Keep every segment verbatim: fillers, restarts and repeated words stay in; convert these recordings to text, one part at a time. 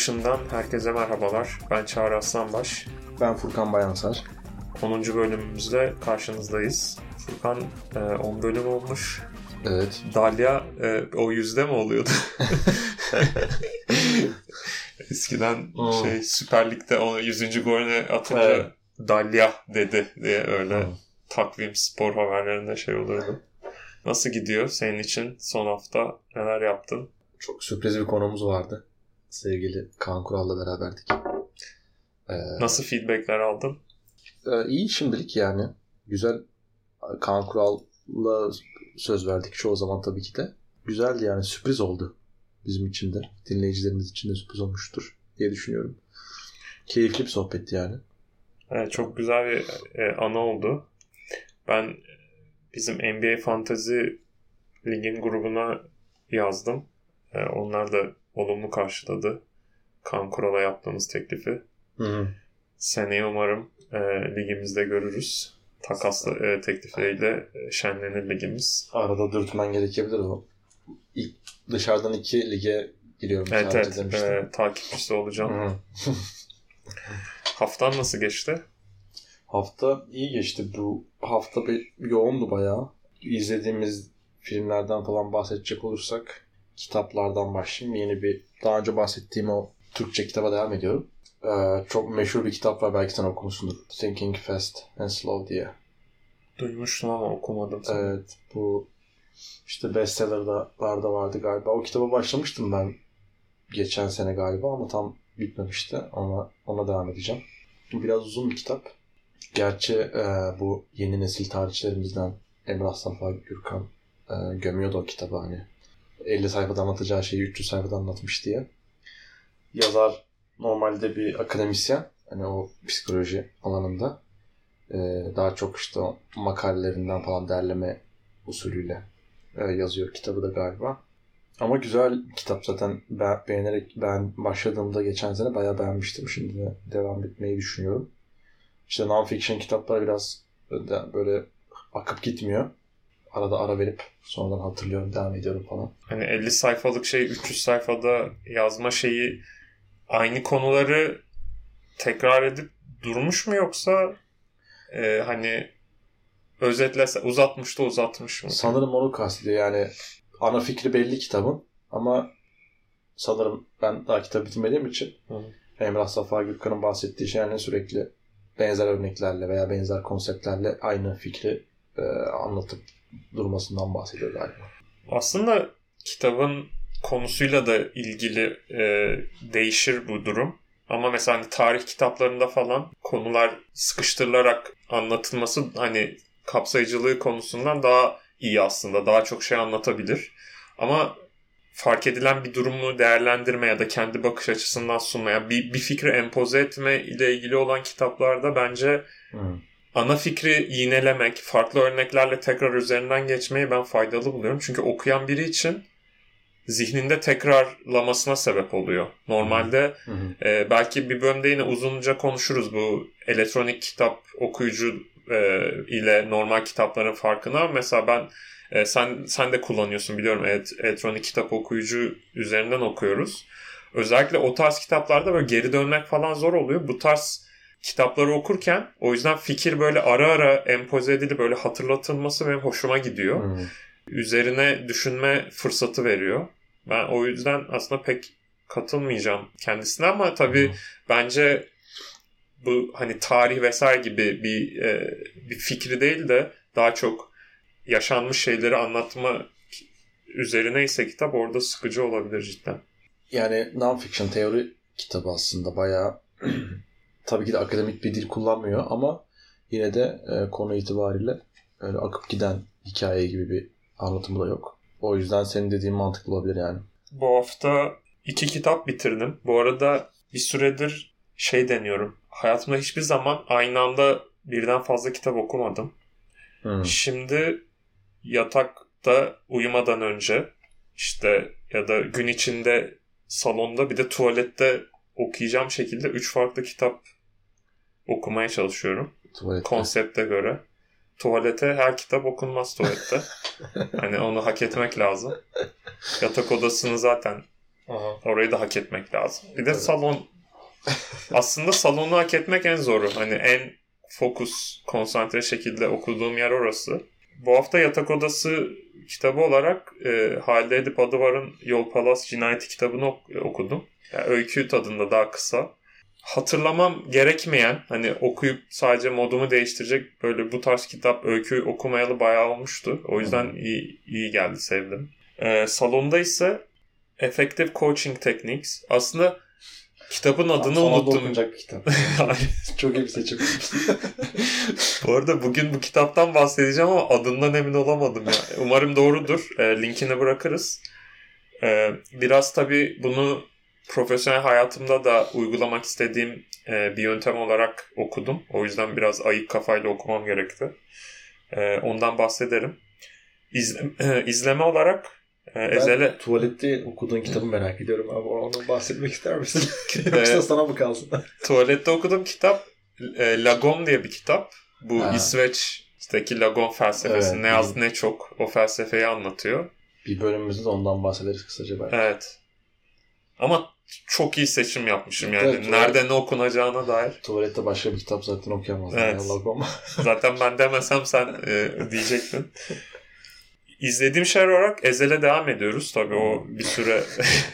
dışından herkese merhabalar. Ben Çağrı Aslanbaş. Ben Furkan Bayansar. onuncu bölümümüzde karşınızdayız. Furkan on bölüm olmuş. Evet. Dalya e, o yüzde mi oluyordu? Eskiden hmm. şey Süper Lig'de o yüzüncü golünü atınca evet. Dalya dedi diye öyle hmm. takvim spor haberlerinde şey olurdu. Nasıl gidiyor senin için son hafta? Neler yaptın? Çok sürpriz bir konumuz vardı. Sevgili Kaan Kural'la beraberdik. Ee, Nasıl feedbackler aldın? E, iyi şimdilik yani. Güzel. Kaan Kural'la söz verdik çoğu zaman tabii ki de. Güzeldi yani. Sürpriz oldu bizim için de. Dinleyicilerimiz için de sürpriz olmuştur diye düşünüyorum. Keyifli bir sohbetti yani. Evet, çok güzel bir e, ana oldu. Ben bizim N B A Fantasy Lig'in grubuna yazdım. E, onlar da olumlu karşıladı Kaan Kural'a yaptığımız teklifi. Hı hı. Seneye umarım e, ligimizde görürüz. Takaslı e, teklifleriyle e, şenlenir ligimiz. Arada dürtmen gerekebilir o. İlk, dışarıdan iki lige giriyorum. Evet evet. E, takipçisi olacağım. Haftan nasıl geçti? Hafta iyi geçti. Bu hafta bir yoğundu bayağı. İzlediğimiz filmlerden falan bahsedecek olursak kitaplardan başlayayım. Yeni bir daha önce bahsettiğim o Türkçe kitaba devam ediyorum. Ee, çok meşhur bir kitap var. Belki sen okumuşsundur. Thinking Fast and Slow diye. Duymuştum ama okumadım. Sana. Evet. Bu işte bestseller'larda vardı galiba. O kitaba başlamıştım ben geçen sene galiba ama tam bitmemişti. Ama ona devam edeceğim. Biraz uzun bir kitap. Gerçi e, bu yeni nesil tarihçilerimizden Emrah Safa Gürkan e, gömüyordu o kitabı hani. elli sayfada anlatacağı şeyi üç yüz sayfada anlatmış diye. Yazar normalde bir akademisyen. Hani o psikoloji alanında. E, daha çok işte o makalelerinden falan derleme usulüyle e, yazıyor kitabı da galiba. Ama güzel bir kitap zaten be- beğenerek ben başladığımda geçen sene bayağı beğenmiştim. Şimdi de devam etmeyi düşünüyorum. İşte non-fiction kitaplar biraz böyle akıp gitmiyor. Arada ara verip sonradan hatırlıyorum, devam ediyorum falan. Hani elli sayfalık şey üç yüz sayfada yazma şeyi aynı konuları tekrar edip durmuş mu yoksa e, hani özetlese uzatmış da uzatmış mı? Sanırım onu kastediyor yani ana fikri belli kitabın ama sanırım ben daha kitabı bitirmediğim için Hı. Emrah Safa Gürkan'ın bahsettiği şey yani sürekli benzer örneklerle veya benzer konseptlerle aynı fikri e, anlatıp durmasından bahsediyor galiba. Aslında kitabın konusuyla da ilgili e, değişir bu durum. Ama mesela hani tarih kitaplarında falan konular sıkıştırılarak anlatılması hani kapsayıcılığı konusundan daha iyi aslında. Daha çok şey anlatabilir. Ama fark edilen bir durumu değerlendirme ya da kendi bakış açısından sunmaya, bir, bir fikri empoze etme ile ilgili olan kitaplarda bence hmm. ana fikri yinelemek, farklı örneklerle tekrar üzerinden geçmeyi ben faydalı buluyorum. Çünkü okuyan biri için zihninde tekrarlamasına sebep oluyor. Normalde hmm. Hmm. E, belki bir bölümde yine uzunca konuşuruz bu elektronik kitap okuyucu e, ile normal kitapların farkına. Mesela ben Ee, sen sen de kullanıyorsun biliyorum. Evet, elektronik kitap okuyucu üzerinden okuyoruz. Özellikle o tarz kitaplarda böyle geri dönmek falan zor oluyor. Bu tarz kitapları okurken o yüzden fikir böyle ara ara empoze edilip böyle hatırlatılması benim hoşuma gidiyor. Hmm. Üzerine düşünme fırsatı veriyor. Ben o yüzden aslında pek katılmayacağım kendisine ama tabii hmm. bence bu hani tarih vesaire gibi bir e, bir fikri değil de daha çok yaşanmış şeyleri anlatma üzerine ise kitap orada sıkıcı olabilir cidden. Yani non-fiction teori kitabı aslında bayağı tabii ki de akademik bir dil kullanmıyor ama yine de e, konu itibariyle öyle akıp giden hikaye gibi bir anlatımı da yok. O yüzden senin dediğin mantıklı olabilir yani. Bu hafta iki kitap bitirdim. Bu arada bir süredir şey deniyorum. Hayatımda hiçbir zaman aynı anda birden fazla kitap okumadım. Hmm. Şimdi yatakta uyumadan önce işte ya da gün içinde salonda bir de tuvalette okuyacağım şekilde üç farklı kitap okumaya çalışıyorum. Tuvalette. Konsepte göre. Tuvalete her kitap okunmaz tuvalette. Hani onu hak etmek lazım. Yatak odasını zaten Aha, orayı da hak etmek lazım. Bir de Tabii. salon. Aslında salonu hak etmek en zoru. Hani en fokus, konsantre şekilde okuduğum yer orası. Bu hafta yatak odası kitabı olarak e, Halide Edip Adıvar'ın Yol Palas Cinayeti kitabını ok- okudum. Yani öykü tadında, daha kısa. Hatırlamam gerekmeyen, hani okuyup sadece modumu değiştirecek böyle bu tarz kitap, öykü okumayalı bayağı olmuştu. O yüzden hmm. iyi, iyi geldi, sevdim. E, salonda ise Effective Coaching Techniques. Aslında kitabın adını Salonda unuttum. okunacak bir kitap. Çok iyi bir seçim. Bu arada bugün bu kitaptan bahsedeceğim ama adından emin olamadım ya. Umarım doğrudur. E, linkini bırakırız. E, biraz tabii bunu profesyonel hayatımda da uygulamak istediğim e, bir yöntem olarak okudum. O yüzden biraz ayık kafayla okumam gerekti. E, ondan bahsederim. İzle, e, izleme olarak e, ben Ezele... tuvalette okuduğun kitabı merak ediyorum abi. Onu bahsetmek ister misin? Yoksa sana mı kalsın? Tuvalette okuduğum kitap e, Lagom diye bir kitap. Bu ha. İsveç'teki Lagom felsefesi. Evet, ne az ne çok o felsefeyi anlatıyor. Bir bölümümüzde de ondan bahsederiz kısaca belki. Evet. Ama çok iyi seçim yapmışım yani. Evet, nerede tuvalet, ne okunacağına dair. Tuvalette başka bir kitap zaten okuyamazsın. Evet. Zaten ben demesem sen e, diyecektin. İzlediğim şeyler olarak Ezel'e devam ediyoruz. Tabii o bir süre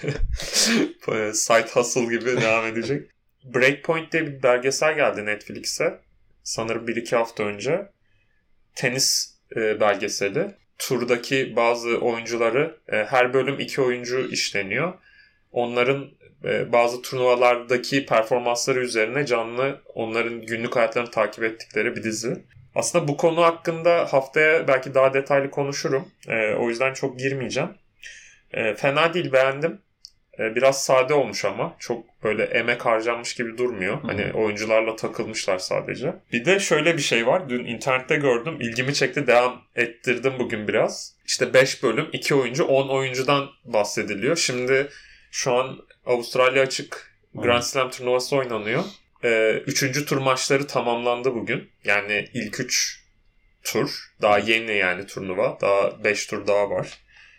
side hustle gibi devam edecek. Breakpoint diye bir belgesel geldi Netflix'e. Sanırım bir iki hafta önce. Tenis e, belgeseli. Turdaki bazı oyuncuları, e, her bölüm iki oyuncu işleniyor. Onların e, bazı turnuvalardaki performansları üzerine canlı, onların günlük hayatlarını takip ettikleri bir dizi. Aslında bu konu hakkında haftaya belki daha detaylı konuşurum. E, o yüzden çok girmeyeceğim. E, fena değil, beğendim. E, biraz sade olmuş ama. Çok böyle emek harcanmış gibi durmuyor. Hmm. Hani oyuncularla takılmışlar sadece. Bir de şöyle bir şey var. Dün internette gördüm. İlgimi çekti. Devam ettirdim bugün biraz. İşte beş bölüm, iki oyuncu, on oyuncudan bahsediliyor. Şimdi şu an Avustralya Açık Grand Slam turnuvası oynanıyor. Ee, üçüncü tur maçları tamamlandı bugün. Yani ilk üç tur. Daha yeni yani turnuva. Daha beş tur daha var.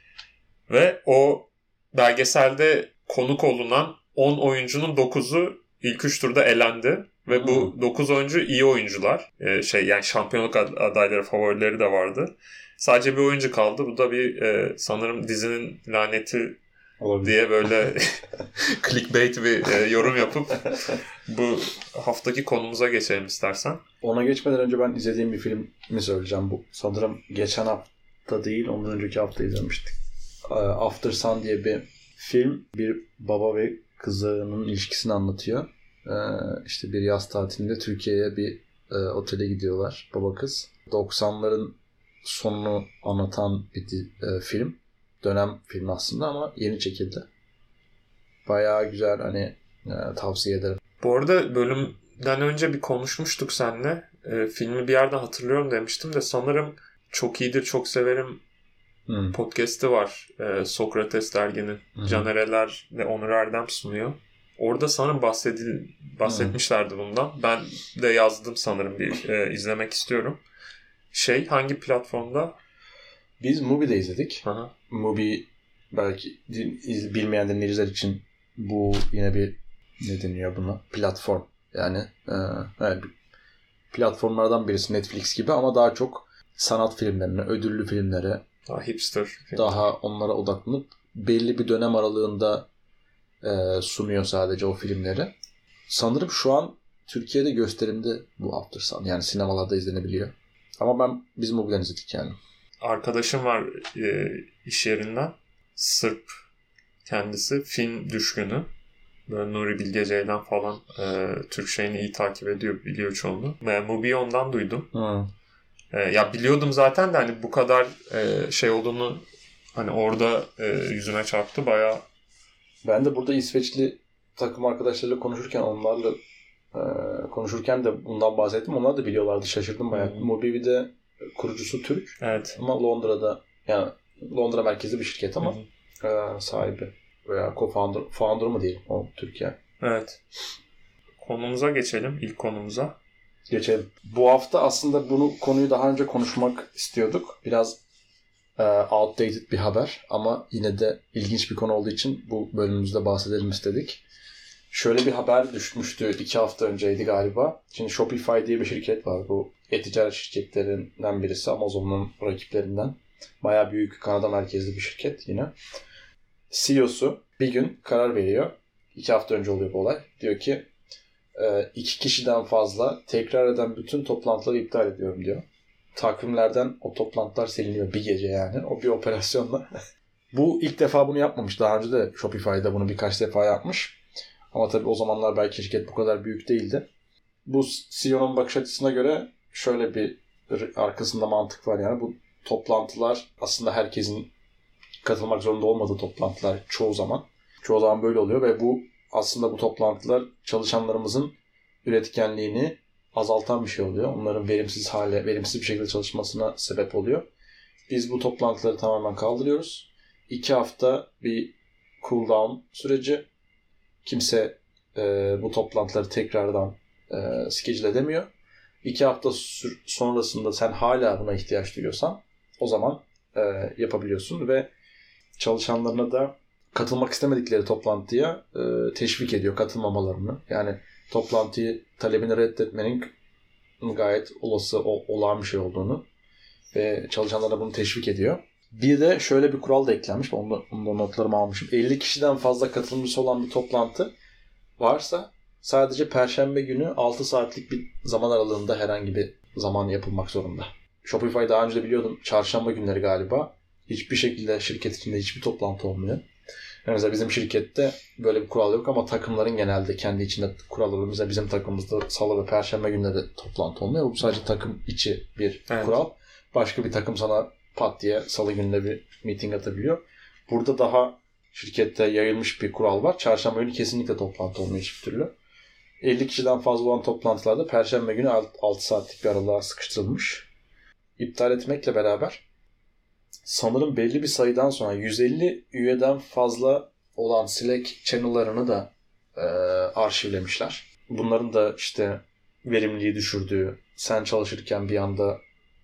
Ve o belgeselde konuk olunan on oyuncunun dokuzu ilk üç turda elendi. Ve hmm. bu dokuz oyuncu iyi oyuncular. Ee, şey yani şampiyonluk adayları, favorileri de vardı. Sadece bir oyuncu kaldı. Bu da bir e, sanırım dizinin laneti olabilir diye böyle clickbait bir e, yorum yapıp bu haftaki konumuza geçelim istersen. Ona geçmeden önce ben izlediğim bir filmi söyleyeceğim. Bu sanırım geçen hafta değil, ondan önceki hafta izlemiştik. After Sun diye bir film. Bir baba ve kızının ilişkisini anlatıyor. İşte bir yaz tatilinde Türkiye'ye bir otele gidiyorlar, baba kız. doksanların sonunu anlatan bir film. Dönem film aslında ama yeni çekildi. Bayağı güzel, hani e, tavsiye ederim. Bu arada bölümden önce bir konuşmuştuk seninle. E, filmi bir yerden hatırlıyorum demiştim de sanırım Çok İyidir, Çok Severim hmm. podcast'ı var. E, Sokrates derginin. Hmm. Caner Eler ve Onur Erdem sunuyor. Orada sanırım bahsedil, bahsetmişlerdi hmm. bundan. Ben de yazdım sanırım, bir e, izlemek istiyorum. Şey, hangi platformda? Biz Mubi'de izledik. Aha. Mubi belki bilmeyen dinleyiciler için bu yine bir, ne deniyor buna? Platform. Yani e, evet, platformlardan birisi Netflix gibi ama daha çok sanat filmlerine, ödüllü filmlere, daha hipster film, daha onlara odaklanıp belli bir dönem aralığında e, sunuyor sadece o filmleri. Sanırım şu an Türkiye'de gösterimde bu After Sun. Yani sinemalarda izlenebiliyor. Ama ben biz Mubi'den izledik yani. Arkadaşım var e, iş yerinden. Sırp kendisi. Film düşkünü. Böyle Nuri Bilge Ceylan falan e, Türk şeyini iyi takip ediyor. Biliyor çoğunu. E, Mubi'yi ondan duydum. Hmm. E, ya biliyordum zaten de hani bu kadar e, şey olduğunu hani orada e, yüzüme çarptı bayağı. Ben de burada İsveçli takım arkadaşlarıyla konuşurken onlarla e, konuşurken de bundan bahsettim. Onlar da biliyorlardı. Şaşırdım bayağı. Hmm. Mubi de kurucusu Türk. Evet. Ama Londra'da, yani Londra merkezli bir şirket ama e, sahibi veya co-founder founder mı diyeyim o Türkiye. Evet. Konumuza geçelim. İlk konumuza. Geçelim. Bu hafta aslında bunu konuyu daha önce konuşmak istiyorduk. Biraz outdated bir haber ama yine de ilginç bir konu olduğu için bu bölümümüzde bahsedelim istedik. Şöyle bir haber düşmüştü iki hafta önceydi galiba. Şimdi Shopify diye bir şirket var. Bu e-ticaret şirketlerinden birisi. Amazon'un rakiplerinden. Bayağı büyük Kanada merkezli bir şirket yine. C E O'su bir gün karar veriyor. İki hafta önce oluyor bu olay. Diyor ki iki kişiden fazla tekrar eden bütün toplantıları iptal ediyorum diyor. Takvimlerden o toplantılar siliniyor bir gece yani. O bir operasyonla. Bu ilk defa bunu yapmamış. Daha önce de Shopify'da bunu birkaç defa yapmış. Ama tabii o zamanlar belki şirket bu kadar büyük değildi. Bu C E O'nun bakış açısına göre şöyle bir arkasında mantık var yani. Bu toplantılar aslında herkesin katılmak zorunda olmadığı toplantılar çoğu zaman. Çoğu zaman böyle oluyor ve bu aslında bu toplantılar çalışanlarımızın üretkenliğini azaltan bir şey oluyor. Onların verimsiz hale, verimsiz bir şekilde çalışmasına sebep oluyor. Biz bu toplantıları tamamen kaldırıyoruz. İki hafta bir cool down süreci. Kimse e, bu toplantıları tekrardan e, schedule edemiyor. İki hafta sür- sonrasında sen hala buna ihtiyaç duyuyorsan o zaman e, yapabiliyorsun ve çalışanlarına da katılmak istemedikleri toplantıya e, teşvik ediyor katılmamalarını. Yani toplantıyı talebini reddetmenin gayet olası, o, olağan bir şey olduğunu ve çalışanlara bunu teşvik ediyor. Bir de şöyle bir kural da eklenmiş. Onu, onu notlarımı almışım. elli kişiden fazla katılımcısı olan bir toplantı varsa sadece Perşembe günü altı saatlik bir zaman aralığında herhangi bir zaman yapılmak zorunda. Shopify daha önce de biliyordum. Çarşamba günleri galiba hiçbir şekilde şirket içinde hiçbir toplantı olmuyor. Yani mesela bizim şirkette böyle bir kural yok ama takımların genelde kendi içinde kuralları var. Mesela bizim takımımızda salı ve perşembe günleri toplantı olmuyor. Bu sadece takım içi bir evet. kural. Başka bir takım sana pat diye salı gününe bir meeting atabiliyor. Burada daha şirkette yayılmış bir kural var. Çarşamba günü kesinlikle toplantı olmuyor hiçbir türlü. elli kişiden fazla olan toplantılarda perşembe günü altı saatlik bir aralığa sıkıştırılmış. İptal etmekle beraber sanırım belli bir sayıdan sonra yüz elli üyeden fazla olan Slack channel'larını da e, arşivlemişler. Bunların da işte verimliliği düşürdüğü, sen çalışırken bir anda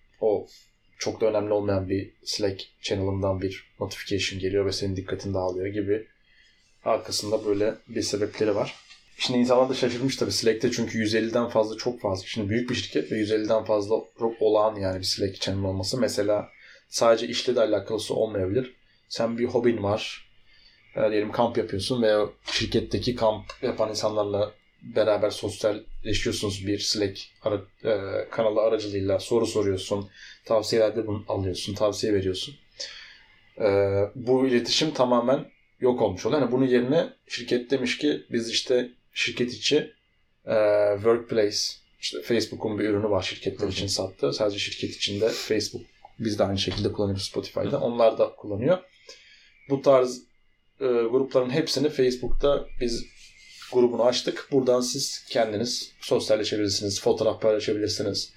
o çok da önemli olmayan bir Slack channel'ından bir notification geliyor ve senin dikkatini dağılıyor gibi arkasında böyle bir sebepleri var. Şimdi insanlar da şaşırmış tabii Slack'te çünkü yüz elliden fazla çok fazla. Şimdi büyük bir şirket ve yüz elliden fazla çok olağan yani bir Slack channel olması. Mesela sadece işle de alakalısı olmayabilir. Sen bir hobin var. Yani diyelim kamp yapıyorsun ve şirketteki kamp yapan insanlarla beraber sosyalleşiyorsunuz bir Slack ara, e, kanalı aracılığıyla. Soru soruyorsun. Tavsiyelerde bunu alıyorsun. Tavsiye veriyorsun. E, bu iletişim tamamen yok olmuş oluyor. Yani bunun yerine şirket demiş ki biz işte şirket içi e, workplace, işte Facebook'un bir ürünü var şirketler için sattığı. Sadece şirket içinde Facebook, biz de aynı şekilde kullanıyoruz Spotify'da. Onlar da kullanıyor. Bu tarz e, grupların hepsini Facebook'ta biz grubunu açtık. Buradan siz kendiniz sosyalleşebilirsiniz, fotoğraf paylaşabilirsiniz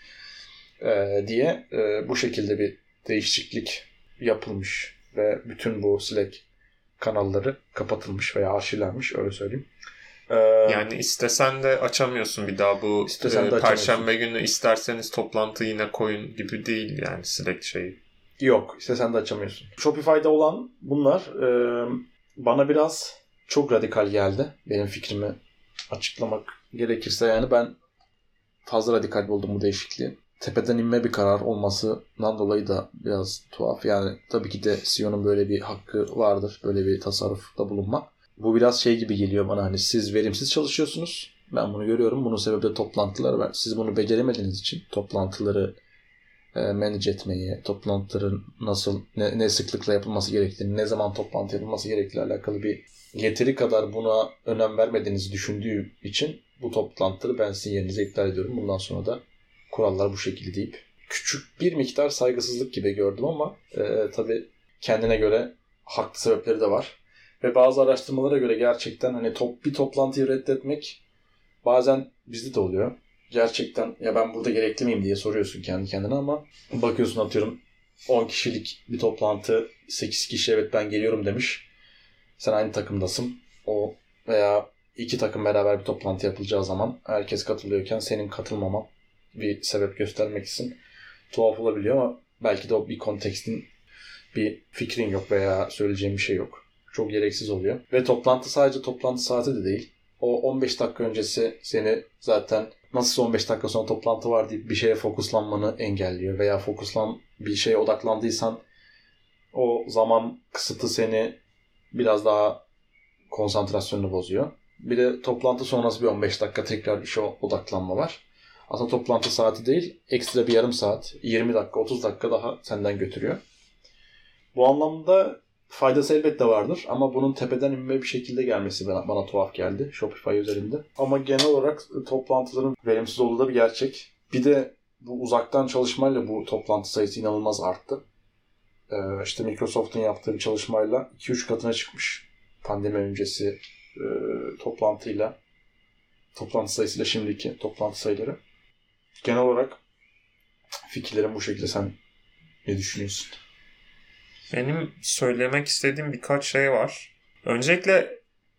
e, diye e, bu şekilde bir değişiklik yapılmış ve bütün bu Slack kanalları kapatılmış veya arşivlenmiş, öyle söyleyeyim. Ee, yani istesen de açamıyorsun bir daha bu e, Perşembe günü isterseniz toplantı yine koyun gibi değil yani Slack şeyi. Yok, istesen de açamıyorsun. Shopify'da olan bunlar e, bana biraz çok radikal geldi. Benim fikrimi açıklamak gerekirse yani ben fazla radikal buldum bu değişikliği. Tepeden inme bir karar olmasından dolayı da biraz tuhaf. Yani tabii ki de C E O'nun böyle bir hakkı vardır. Böyle bir tasarrufta bulunmak. Bu biraz şey gibi geliyor bana, hani siz verimsiz çalışıyorsunuz. Ben bunu görüyorum. Bunun sebebi de toplantılar var. Siz bunu beceremediğiniz için toplantıları e, manage etmeyi, toplantıların nasıl, ne, ne sıklıkla yapılması gerektiğini, ne zaman toplantı yapılması gerektiğiyle alakalı bir yeteri kadar buna önem vermediğinizi düşündüğü için bu toplantıları ben sizin yerinize iptal ediyorum. Bundan sonra da kurallar bu şekilde deyip küçük bir miktar saygısızlık gibi gördüm ama e, tabii kendine göre haklı sebepleri de var. Ve bazı araştırmalara göre gerçekten hani top, bir toplantıyı reddetmek bazen bizde de oluyor. Gerçekten ya ben burada gerekli miyim diye soruyorsun kendi kendine ama bakıyorsun atıyorum on kişilik bir toplantı, sekiz kişi evet ben geliyorum demiş. Sen aynı takımdasın. O veya iki takım beraber bir toplantı yapılacağı zaman herkes katılıyorken senin katılmaman bir sebep göstermek için tuhaf olabiliyor ama belki de o bir kontekstin bir fikrin yok veya söyleyeceğin bir şey yok. Çok gereksiz oluyor. Ve toplantı sadece toplantı saati de değil. O on beş dakika öncesi seni zaten nasıl on beş dakika sonra toplantı var deyip bir şeye fokuslanmanı engelliyor. Veya fokuslan bir şeye odaklandıysan o zaman kısıtı seni biraz daha konsantrasyonunu bozuyor. Bir de toplantı sonrası bir on beş dakika tekrar işe odaklanma var. Aslında toplantı saati değil, ekstra bir yarım saat, yirmi dakika, otuz dakika daha senden götürüyor. Bu anlamda faydası elbette vardır ama bunun tepeden inme bir şekilde gelmesi bana, bana tuhaf geldi Shopify üzerinde. Ama genel olarak toplantıların verimsiz olduğu da bir gerçek. Bir de bu uzaktan çalışmayla bu toplantı sayısı inanılmaz arttı. Ee, işte Microsoft'un yaptığı bir çalışmayla iki üç katına çıkmış pandemi öncesi e, toplantıyla, toplantı sayısıyla şimdiki toplantı sayıları. Genel olarak fikirlerim bu şekilde. Sen ne düşünüyorsun? Benim söylemek istediğim birkaç şey var. Öncelikle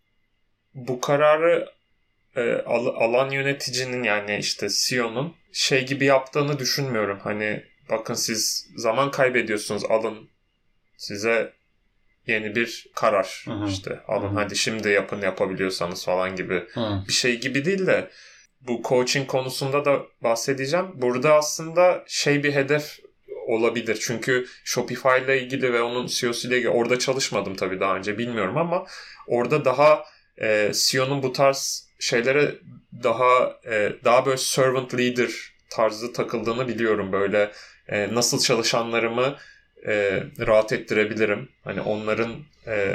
bu kararı e, al- alan yöneticinin yani işte C E O'nun şey gibi yaptığını düşünmüyorum. Hani bakın siz zaman kaybediyorsunuz, alın size yeni bir karar. Hı-hı. İşte alın Hı-hı. hadi şimdi yapın yapabiliyorsanız falan gibi Hı-hı. bir şey gibi değil de bu coaching konusunda da bahsedeceğim. Burada aslında şey bir hedef olabilir. Çünkü Shopify ile ilgili ve onun C E O'su ile ilgili orada çalışmadım tabii daha önce bilmiyorum ama orada daha e, C E O'nun bu tarz şeylere daha e, daha böyle servant leader tarzı takıldığını biliyorum. Böyle e, nasıl çalışanlarımı e, rahat ettirebilirim. Hani onların e,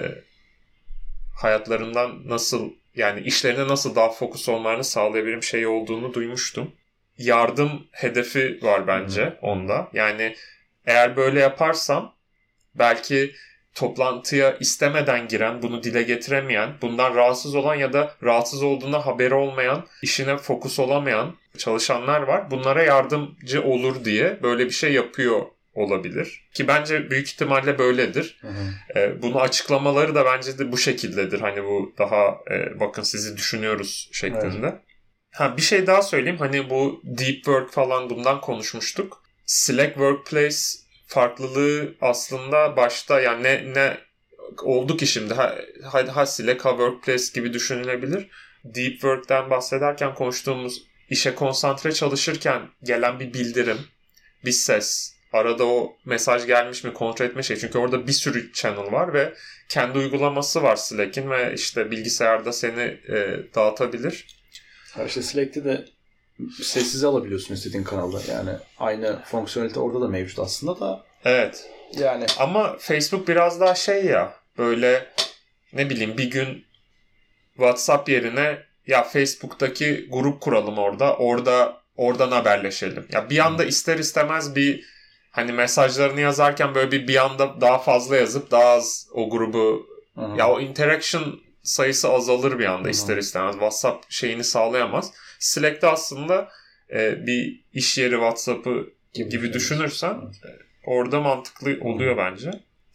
hayatlarından nasıl yani işlerine nasıl daha fokus olmalarını sağlayabilirim şey olduğunu duymuştum. Yardım hedefi var bence hmm. onda. Yani eğer böyle yaparsam belki toplantıya istemeden giren, bunu dile getiremeyen, bundan rahatsız olan ya da rahatsız olduğuna haberi olmayan, işine fokus olamayan çalışanlar var. Bunlara yardımcı olur diye böyle bir şey yapıyor olabilir. Ki bence büyük ihtimalle böyledir. Hı hı. E, bunu açıklamaları da bence de bu şekildedir. Hani bu daha e, bakın sizi düşünüyoruz şeklinde. Evet. Ha bir şey daha söyleyeyim. Hani bu deep work falan bundan konuşmuştuk. Slack Workplace farklılığı aslında başta yani ne ne oldu ki şimdi ha, ha, ha Slack ha Workplace gibi düşünülebilir. Deep Work'ten bahsederken konuştuğumuz işe konsantre çalışırken gelen bir bildirim, bir ses, arada o mesaj gelmiş mi kontrol etme şey. Çünkü orada bir sürü channel var ve kendi uygulaması var Slack'in ve işte bilgisayarda seni e, dağıtabilir. Ya işte Slack'te de sessiz alabiliyorsun istediğin kanalda. Yani aynı fonksiyonelite orada da mevcut aslında da. Evet. Yani. Ama Facebook biraz daha şey ya böyle ne bileyim bir gün WhatsApp yerine ya Facebook'taki grup kuralım orada. Orada oradan haberleşelim. Ya bir anda ister istemez bir hani mesajlarını yazarken böyle bir bir anda daha fazla yazıp daha az o grubu Hı-hı. ya o interaction sayısı azalır bir anda Hı-hı. ister istemez. WhatsApp şeyini sağlayamaz. Slack'te aslında e, bir iş yeri WhatsApp'ı gibi, gibi düşünürsen evet. orada mantıklı oluyor Hı-hı. bence.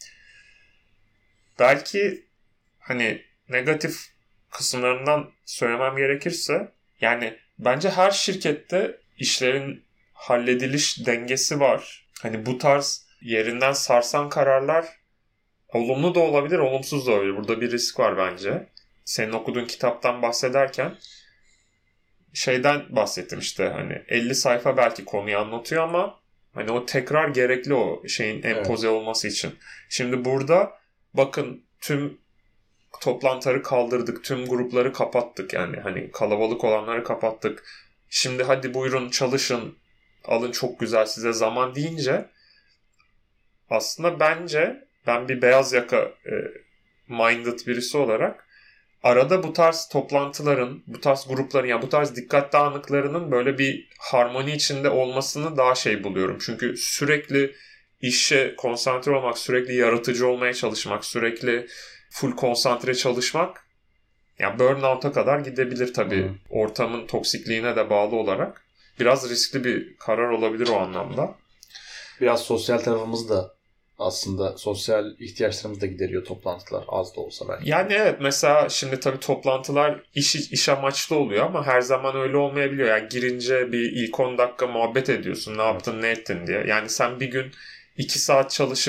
Belki hani negatif kısımlarından söylemem gerekirse yani bence her şirkette işlerin hallediliş dengesi var. Hani bu tarz yerinden sarsan kararlar olumlu da olabilir, olumsuz da olabilir. Burada bir risk var bence. Senin okuduğun kitaptan bahsederken şeyden bahsettim işte hani elli sayfa belki konuyu anlatıyor ama hani o tekrar gerekli o şeyin empoze evet. olması için. Şimdi burada bakın tüm toplantıları kaldırdık, tüm grupları kapattık yani hani kalabalık olanları kapattık. Şimdi hadi buyurun çalışın, alın çok güzel size zaman deyince aslında bence ben bir beyaz yaka e, minded birisi olarak arada bu tarz toplantıların, bu tarz grupların yani bu tarz dikkat dağınıklarının böyle bir harmoni içinde olmasını daha şey buluyorum. Çünkü sürekli işe konsantre olmak, sürekli yaratıcı olmaya çalışmak, sürekli full konsantre çalışmak yani burnout'a kadar gidebilir tabii. Hmm. Ortamın toksikliğine de bağlı olarak. Biraz riskli bir karar olabilir o anlamda. Biraz sosyal tarafımız da aslında sosyal ihtiyaçlarımızı da gideriyor toplantılar az da olsa belki. Yani evet mesela şimdi tabii toplantılar iş, iş amaçlı oluyor ama her zaman öyle olmayabiliyor. Yani girince bir ilk on dakika muhabbet ediyorsun ne yaptın evet. ne ettin diye. Yani sen bir gün iki saat çalışıp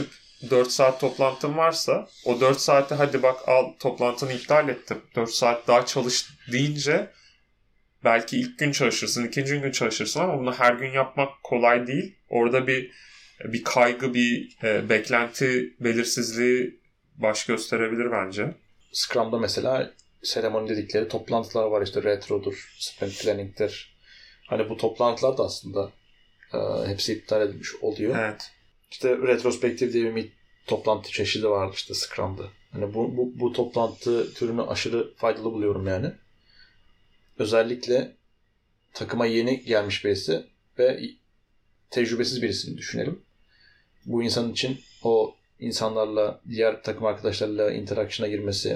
dört saat toplantın varsa o dört saate hadi bak al toplantını iptal ettim. dört saat daha çalış deyince belki ilk gün çalışırsın, ikinci gün çalışırsın ama bunu her gün yapmak kolay değil. Orada bir bir kaygı, bir e, beklenti belirsizliği baş gösterebilir bence. Scrum'da mesela seremoni dedikleri toplantılar var, işte retrodur, sprint planning'dir. Hani bu toplantılar da aslında e, hepsi iptal edilmiş oluyor. Evet. İşte retrospektif diye bir toplantı çeşidi var işte Scrum'da. Hani bu, bu, bu toplantı türünü aşırı faydalı buluyorum yani. Özellikle takıma yeni gelmiş birisi ve tecrübesiz birisini düşünelim. Bu insan için o insanlarla, diğer takım arkadaşlarıyla interaction'a girmesi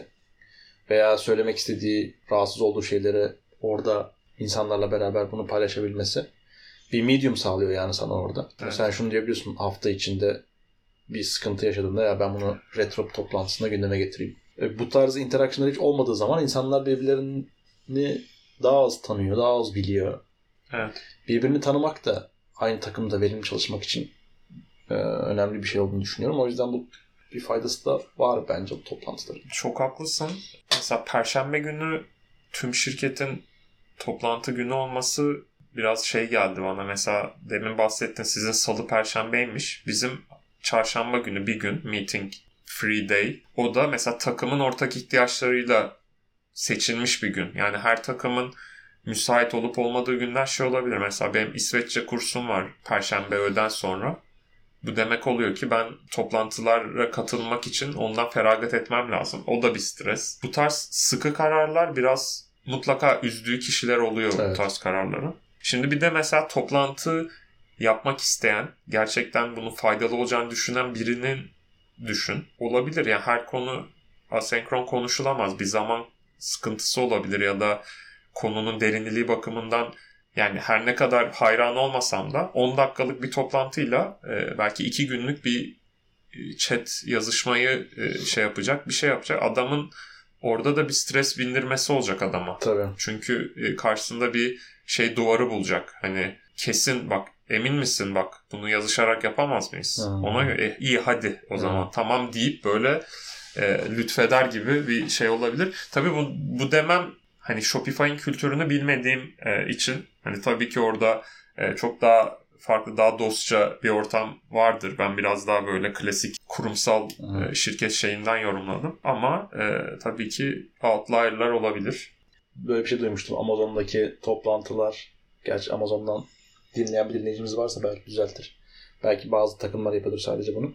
veya söylemek istediği, rahatsız olduğu şeyleri orada insanlarla beraber bunu paylaşabilmesi bir medium sağlıyor yani sana orada. Evet. Sen şunu diyebiliyorsun, hafta içinde bir sıkıntı yaşadığında ya ben bunu retro toplantısında gündeme getireyim. E, bu tarz interaction'lar hiç olmadığı zaman insanlar birbirlerini daha az tanıyor, daha az biliyor. Evet. Birbirini tanımak da aynı takımda verimli çalışmak için e, önemli bir şey olduğunu düşünüyorum. O yüzden bu bir faydası da var bence bu toplantıların. Çok haklısın. Mesela Perşembe günü tüm şirketin toplantı günü olması biraz şey geldi bana. Mesela demin bahsettin, sizin salı perşembeymiş. Bizim çarşamba günü bir gün meeting free day. O da mesela takımın ortak ihtiyaçlarıyla seçilmiş bir gün. Yani her takımın müsait olup olmadığı günler şey olabilir. Mesela benim İsveççe kursum var perşembe öğleden sonra. Bu demek oluyor ki ben toplantılara katılmak için ondan feragat etmem lazım. O da bir stres. Bu tarz sıkı kararlar biraz mutlaka üzdüğü kişiler oluyor, evet, bu tarz kararları. Şimdi bir de mesela toplantı yapmak isteyen, gerçekten bunun faydalı olacağını düşünen birinin düşün. Olabilir yani, her konu asenkron konuşulamaz. Bir zaman sıkıntısı olabilir ya da konunun derinliği bakımından, yani her ne kadar hayran olmasam da on dakikalık bir toplantıyla e, belki iki günlük bir chat yazışmayı e, şey yapacak, bir şey yapacak. Adamın orada da bir stres bindirmesi olacak adama. Tabii. Çünkü e, karşısında bir şey duvarı bulacak. Hani kesin bak, emin misin bak bunu yazışarak yapamaz mıyız? Hmm. Ona göre e, iyi hadi o zaman hmm. tamam deyip böyle e, lütfeder gibi bir şey olabilir. Tabii bu, bu demem hani Shopify'in kültürünü bilmediğim e, için, hani tabii ki orada e, çok daha farklı, daha dostça bir ortam vardır. Ben biraz daha böyle klasik kurumsal e, şirket şeyinden yorumladım. Ama e, tabii ki outlier'lar olabilir. Böyle bir şey duymuştum. Amazon'daki toplantılar, gerçi Amazon'dan dinleyen bir dinleyicimiz varsa belki düzeltir. Belki bazı takımlar yapıyordur sadece bunu.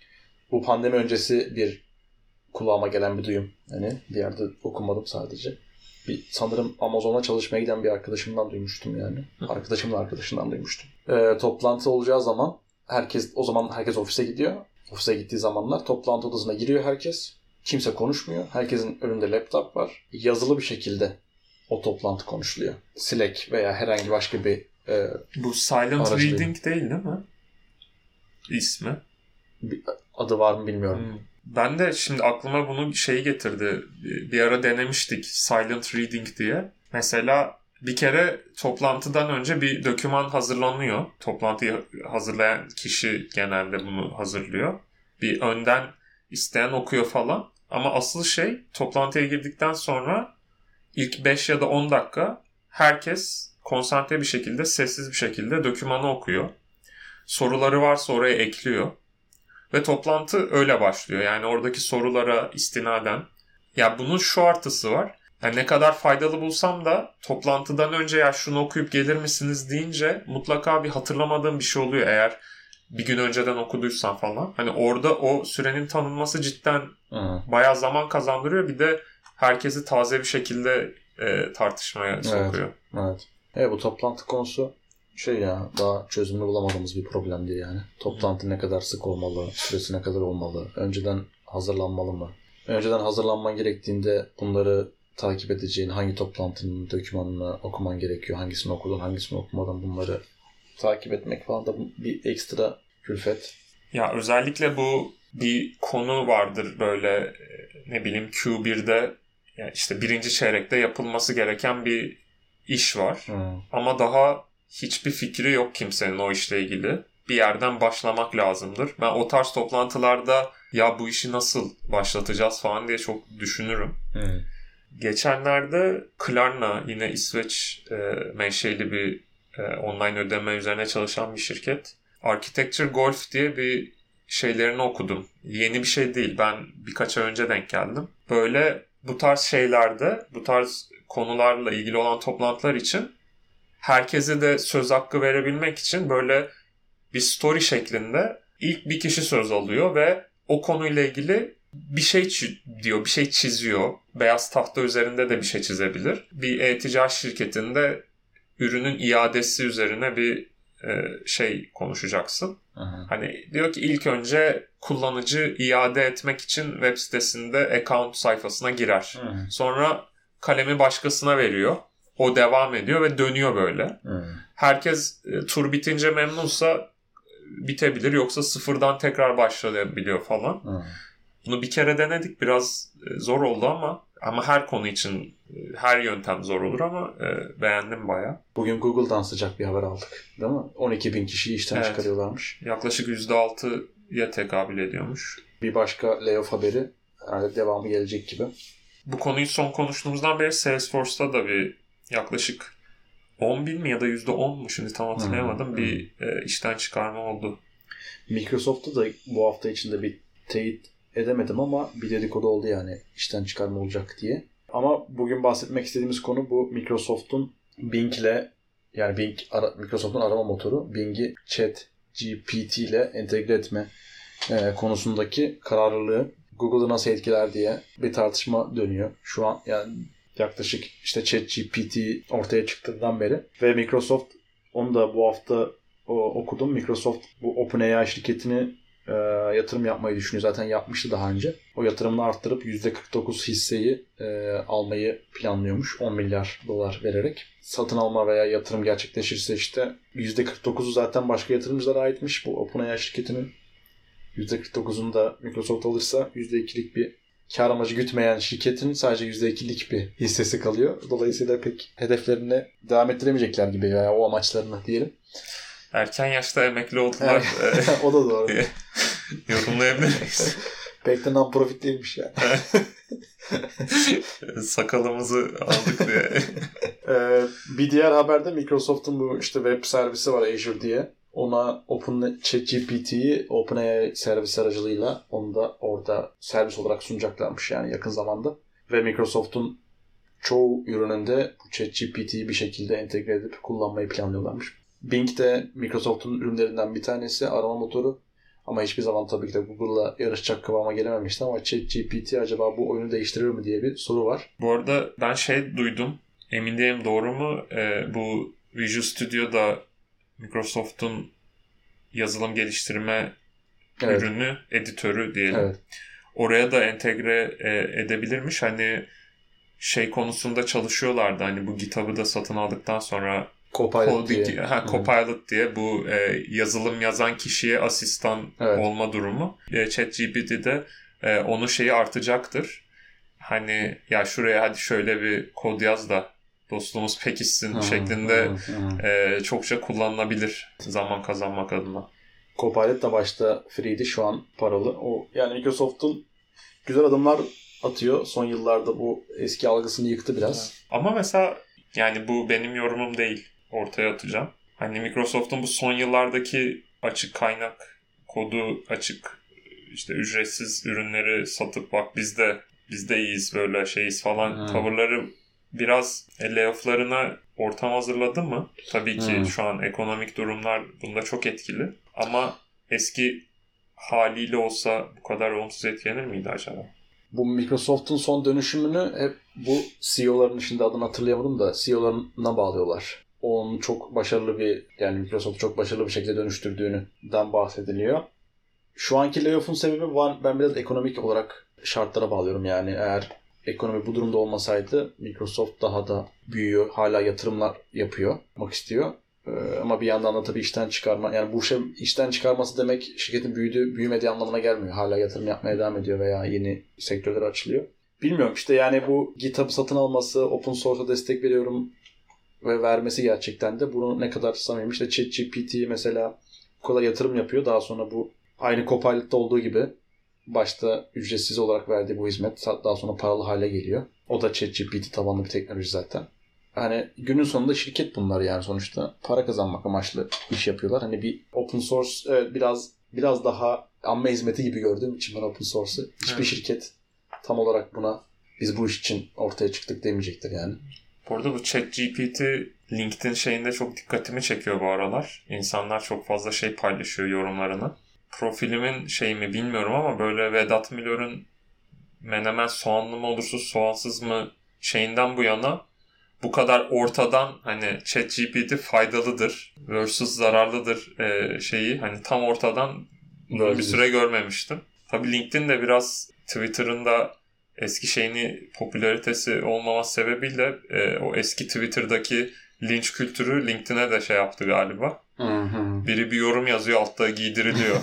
Bu pandemi öncesi bir kulağıma gelen bir duyum. Hani bir yerde okumadım sadece. Bir, sanırım Amazon'a çalışmaya giden bir arkadaşımdan duymuştum yani. Arkadaşımla arkadaşından duymuştum. Ee, toplantı olacağı zaman herkes, o zaman herkes ofise gidiyor. Ofise gittiği zamanlar toplantı odasına giriyor herkes. Kimse konuşmuyor. Herkesin önünde laptop var. Yazılı bir şekilde o toplantı konuşuluyor. Slack veya herhangi başka bir e, bu silent reading değil değil mi? İsmi. Bir, adı var mı bilmiyorum. Hmm. Ben de şimdi aklıma bunun şeyi getirdi. Bir ara denemiştik silent reading diye. Mesela bir kere toplantıdan önce bir doküman hazırlanıyor. Toplantıyı hazırlayan kişi genelde bunu hazırlıyor. Bir önden isteyen okuyor falan. Ama asıl şey, toplantıya girdikten sonra ilk beş ya da on dakika herkes konsantre bir şekilde, sessiz bir şekilde dokümanı okuyor. Soruları varsa oraya ekliyor. Ve toplantı öyle başlıyor. Yani oradaki sorulara istinaden. Ya bunun şu artısı var. Yani ne kadar faydalı bulsam da toplantıdan önce ya şunu okuyup gelir misiniz deyince mutlaka bir hatırlamadığım bir şey oluyor. Eğer bir gün önceden okuduysan falan. Hani orada o sürenin tanınması cidden Hı. bayağı zaman kazandırıyor. Bir de herkesi taze bir şekilde e, tartışmaya sokuyor. Evet, evet. Evet, bu toplantı konusu şey ya, daha çözümünü bulamadığımız bir problem değil yani. Toplantı ne kadar sık olmalı, süresi ne kadar olmalı, önceden hazırlanmalı mı? Önceden hazırlanman gerektiğinde bunları takip edeceğin, hangi toplantının dokümanını okuman gerekiyor, hangisini okudun, hangisini okumadan bunları takip etmek falan da bir ekstra külfet. Ya özellikle bu bir konu vardır böyle, ne bileyim Q bir'de yani işte birinci çeyrekte yapılması gereken bir iş var. Hmm. Ama daha hiçbir fikri yok kimsenin o işle ilgili. bir yerden başlamak lazımdır. Ben o tarz toplantılarda ya bu işi nasıl başlatacağız falan diye çok düşünürüm. Hmm. Geçenlerde Klarna, yine İsveç e, menşeli bir e, online ödeme üzerine çalışan bir şirket. Architecture Golf diye bir şeylerini okudum. Yeni bir şey değil. Ben birkaç ay önce denk geldim. Böyle bu tarz şeylerde, bu tarz konularla ilgili olan toplantılar için herkese de söz hakkı verebilmek için böyle bir story şeklinde ilk bir kişi söz alıyor ve o konuyla ilgili bir şey diyor, bir şey çiziyor. Beyaz tahta üzerinde de bir şey çizebilir. Bir e-ticaret şirketinde ürünün iadesi üzerine bir e, şey konuşacaksın. Aha. Hani diyor ki ilk önce kullanıcı iade etmek için web sitesinde account sayfasına girer. Aha. Sonra kalemi başkasına veriyor. O devam ediyor ve dönüyor böyle. Aha. Herkes e, tur bitince memnunsa bitebilir, yoksa sıfırdan tekrar başlayabiliyor falan. Aha. Bunu bir kere denedik. Biraz e, zor oldu ama ama her konu için e, her yöntem zor olur ama e, beğendim bayağı. Bugün Google'dan sıcak bir haber aldık. Değil mi? on iki bin kişiyi işten Evet. çıkarıyorlarmış. Yaklaşık yüzde altıya tekabül ediyormuş. Bir başka layoff haberi. Yani devamı gelecek gibi. Bu konuyu son konuştuğumuzdan beri Salesforce'ta da bir yaklaşık on bin mi ya da yüzde on mu, şimdi tam hatırlayamadım, hmm. bir e, işten çıkarma oldu. Microsoft'ta da bu hafta içinde bir teyit edemedim ama bir dedikodu oldu yani işten çıkarma olacak diye. Ama bugün bahsetmek istediğimiz konu bu Microsoft'un Bing ile, yani Bing ara, Microsoft'un arama motoru Bing'i ChatGPT ile entegre etme e, konusundaki kararlılığı Google'ı nasıl etkiler diye bir tartışma dönüyor. Şu an yani yaklaşık işte ChatGPT ortaya çıktığından beri ve Microsoft, onu da bu hafta o, okudum. Microsoft bu OpenAI şirketini e, yatırım yapmayı düşünüyor. Zaten yapmıştı daha önce. O yatırımını arttırıp yüzde kırk dokuz hisseyi e, almayı planlıyormuş. on milyar dolar vererek. Satın alma veya yatırım gerçekleşirse işte yüzde kırk dokuzu zaten başka yatırımcılara aitmiş. Bu OpenAI şirketinin yüzde kırk dokuzunu da Microsoft alırsa yüzde ikilik bir kar amacı gütmeyen şirketin sadece yüzde ikilik bir hissesi kalıyor. Dolayısıyla pek hedeflerini devam ettiremeyecekler gibi veya o amaçlarını diyelim. Erken yaşta emekli oldular. O da doğru. Yorumlayabiliriz. Pek de non-profit değilmiş yani. Sakalımızı aldık diye. ee, bir diğer haberde Microsoft'un bu işte web servisi var, Azure diye. Ona Open ChatGPT'yi OpenAI servis aracılığıyla onu da orada servis olarak sunacaklarmış yani yakın zamanda. Ve Microsoft'un çoğu ürününde bu ChatGPT'yi bir şekilde entegre edip kullanmayı planlıyorlarmış. Bing de Microsoft'un ürünlerinden bir tanesi, arama motoru. Ama hiçbir zaman tabii ki de Google'la yarışacak kıvama gelememişti ama ChatGPT acaba bu oyunu değiştirir mi diye bir soru var. Bu arada ben şey duydum, emin değilim doğru mu, ee, bu Visual Studio'da Microsoft'un yazılım geliştirme evet. ürünü, editörü diyelim. Evet. Oraya da entegre e, edebilirmiş. Hani şey konusunda çalışıyorlardı. Hani bu GitHub'ı da satın aldıktan sonra Copilot diye. diye. Ha, Copilot diye bu e, yazılım yazan kişiye asistan evet. olma durumu. E, ChatGPT'de e, onun şeyi artacaktır. Hani ya şuraya hadi şöyle bir kod yaz da dostluğumuz pekişsin hı, şeklinde hı, hı. E, çokça kullanılabilir zaman kazanmak adına. Copilot da başta free'di, şu an paralı. O yani Microsoft'un güzel adımlar atıyor. Son yıllarda bu eski algısını yıktı biraz. Ama mesela yani bu benim yorumum değil. Ortaya atacağım. Hani Microsoft'un bu son yıllardaki açık kaynak kodu, açık işte ücretsiz ürünleri satıp bak biz de biz de iyiyiz böyle şeyiz falan hmm. tavırları biraz layoff'larına ortam hazırladı mı? Tabii ki hmm. şu an ekonomik durumlar bunda çok etkili. Ama eski haliyle olsa bu kadar olumsuz etkilenir miydi acaba? Bu Microsoft'un son dönüşümünü hep bu C E O'ların, şimdi adını hatırlayamadım da C E O'larına bağlıyorlar. Onun çok başarılı bir, yani Microsoft çok başarılı bir şekilde dönüştürdüğünden bahsediliyor. Şu anki layoff'un sebebi var, ben biraz ekonomik olarak şartlara bağlıyorum. Yani eğer ekonomi bu durumda olmasaydı Microsoft daha da büyüyor, hala yatırımlar yapıyor, yapmak istiyor. Ee, ama bir yandan da tabii işten çıkarma, yani bu şey işten çıkarması demek şirketin büyüdüğü, büyümediği anlamına gelmiyor. Hala yatırım yapmaya devam ediyor veya yeni sektörler açılıyor. Bilmiyorum işte, yani bu GitHub satın alması, open source'a destek veriyorum ve vermesi gerçekten de bunu ne kadar samimi. İşte ChatGPT mesela Google'a yatırım yapıyor. Daha sonra bu aynı Copilot'ta olduğu gibi başta ücretsiz olarak verdiği bu hizmet daha sonra paralı hale geliyor. O da ChatGPT tabanlı bir teknoloji zaten. Hani günün sonunda şirket bunlar yani sonuçta para kazanmak amaçlı iş yapıyorlar. Hani bir open source evet, biraz biraz daha amme hizmeti gibi gördüğüm için ben open source'ı hiçbir evet. şirket tam olarak buna biz bu iş için ortaya çıktık demeyecektir yani. Bu arada bu ChatGPT LinkedIn şeyinde çok dikkatimi çekiyor bu aralar. İnsanlar çok fazla şey paylaşıyor yorumlarını. Profilimin şeyi mi bilmiyorum ama böyle Vedat Milor'un menemen soğanlı mı olursa soğansız mı şeyinden bu yana bu kadar ortadan hani ChatGPT faydalıdır versus zararlıdır e, şeyi hani tam ortadan uzun bir süre görmemiştim. Tabii LinkedIn de biraz Twitter'ın da eski şeyini popülaritesi olmaması sebebiyle e, o eski Twitter'daki linç kültürü LinkedIn'e de şey yaptı galiba. Biri bir yorum yazıyor altta giydiriliyor.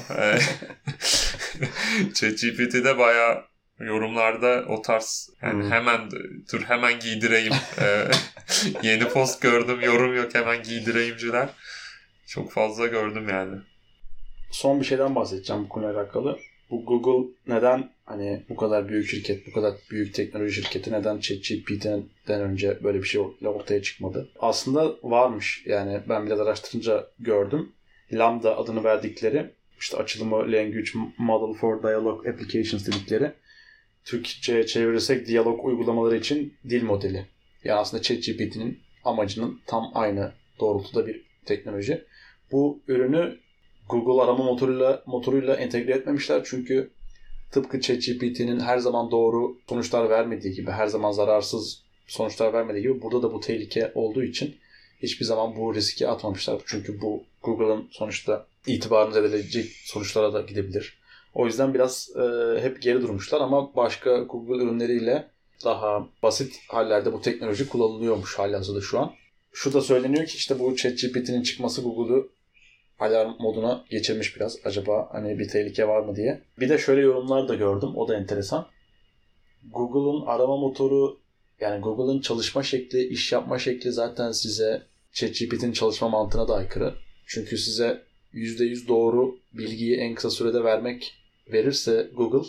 ChatGPT'de bayağı yorumlarda o tarz yani hmm. hemen dur hemen giydireyim ee, yeni post gördüm yorum yok hemen giydireyimciler çok fazla gördüm yani. Son bir şeyden bahsedeceğim bu konuyla alakalı. Bu Google neden hani bu kadar büyük şirket, bu kadar büyük teknoloji şirketi neden ChatGPT'den önce böyle bir şey ortaya çıkmadı? Aslında varmış yani ben biraz araştırınca gördüm. Lambda adını verdikleri işte açılımı Language Model for Dialogue Applications dedikleri Türkçe'ye çevirirsek diyalog uygulamaları için dil modeli. Yani aslında ChatGPT'nin amacının tam aynı doğrultuda bir teknoloji. Bu ürünü Google arama motoruyla motoruyla entegre etmemişler çünkü tıpkı ChatGPT'nin her zaman doğru sonuçlar vermediği gibi, her zaman zararsız sonuçlar vermediği gibi burada da bu tehlike olduğu için hiçbir zaman bu riski atmamışlar. Çünkü bu Google'ın sonuçta itibarını zedeleyecek sonuçlara da gidebilir. O yüzden biraz e, hep geri durmuşlar ama başka Google ürünleriyle daha basit hallerde bu teknoloji kullanılıyormuş halihazırda şu an. Şu da söyleniyor ki işte bu ChatGPT'nin çıkması Google'u alarm moduna geçirmiş biraz. Acaba hani bir tehlike var mı diye. Bir de şöyle yorumlar da gördüm. O da enteresan. Google'un arama motoru yani Google'ın çalışma şekli, iş yapma şekli zaten size ChatGPT'nin çalışma mantığına da aykırı. Çünkü size yüzde yüz doğru bilgiyi en kısa sürede vermek verirse Google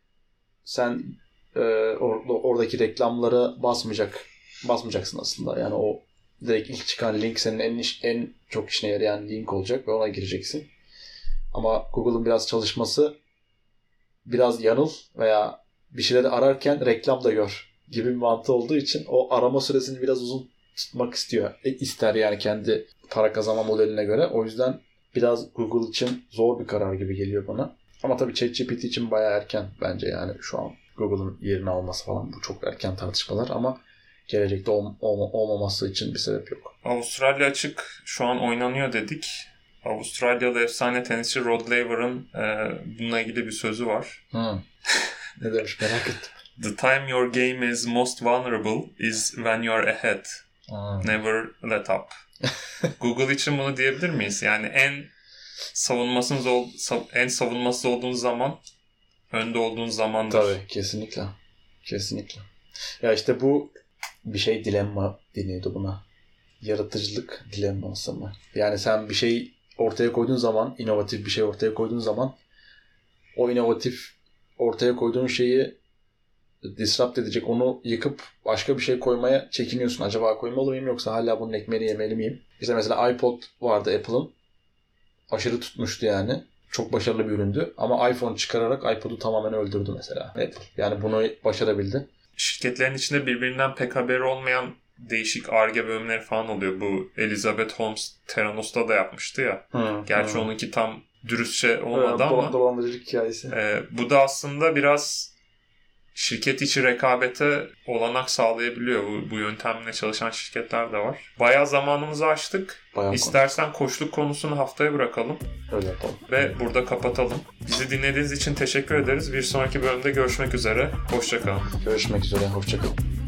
sen e, or- oradaki reklamlara basmayacak basmayacaksın aslında. Yani o direkt ilk çıkan link senin en, iş, en çok işine yarayan link olacak ve ona gireceksin. Ama Google'ın biraz çalışması biraz yanıl veya bir şeyleri ararken reklam da gör gibi bir mantığı olduğu için o arama süresini biraz uzun tutmak istiyor. E, ister yani kendi para kazanma modeline göre. O yüzden biraz Google için zor bir karar gibi geliyor bana. Ama tabii ChatGPT için bayağı erken bence yani şu an Google'ın yerini alması falan bu çok erken tartışmalar ama gelecekte ol- ol- olmaması için bir sebep yok. Avustralya açık şu an oynanıyor dedik. Avustralyalı efsane tenisçi Rod Laver'ın e, bununla ilgili bir sözü var. Hmm. Ne demiş merak ettim. The time your game is most vulnerable is when you're ahead. Hmm. Never let up. Google için bunu diyebilir miyiz? Yani en savunmasız ol, en savunmasız olduğunuz zaman önde olduğunuz zamandır. Tabii kesinlikle. Kesinlikle. Ya işte bu bir şey dilemma deniyordu buna. Yaratıcılık dilemması mı? Yani sen bir şey ortaya koyduğun zaman, inovatif bir şey ortaya koyduğun zaman o inovatif ortaya koyduğun şeyi disrupt edecek, onu yıkıp başka bir şey koymaya çekiniyorsun. Acaba koymalı mıyım yoksa hala bunun ekmeğini yemeli miyim? İşte mesela iPod vardı Apple'ın. Aşırı tutmuştu yani. Çok başarılı bir üründü. Ama iPhone çıkararak iPod'u tamamen öldürdü mesela Apple. Yani bunu başarabildi. Şirketlerin içinde birbirinden pek haberi olmayan değişik Ar-Ge bölümleri falan oluyor. Bu Elizabeth Holmes Theranos'ta da yapmıştı ya. Hı, Gerçi hı. onunki tam dürüstçe olmadı evet, ama dolandırıcılık hikayesi. E, bu da aslında biraz şirket içi rekabete olanak sağlayabiliyor. Bu, bu yöntemle çalışan şirketler de var. Bayağı zamanımızı açtık. Bayağı İstersen konu. Koçluk konusunu haftaya bırakalım. Öyle yapalım. Ve burada kapatalım. Bizi dinlediğiniz için teşekkür ederiz. Bir sonraki bölümde görüşmek üzere. Hoşça kalın. Görüşmek üzere. Hoşça kalın.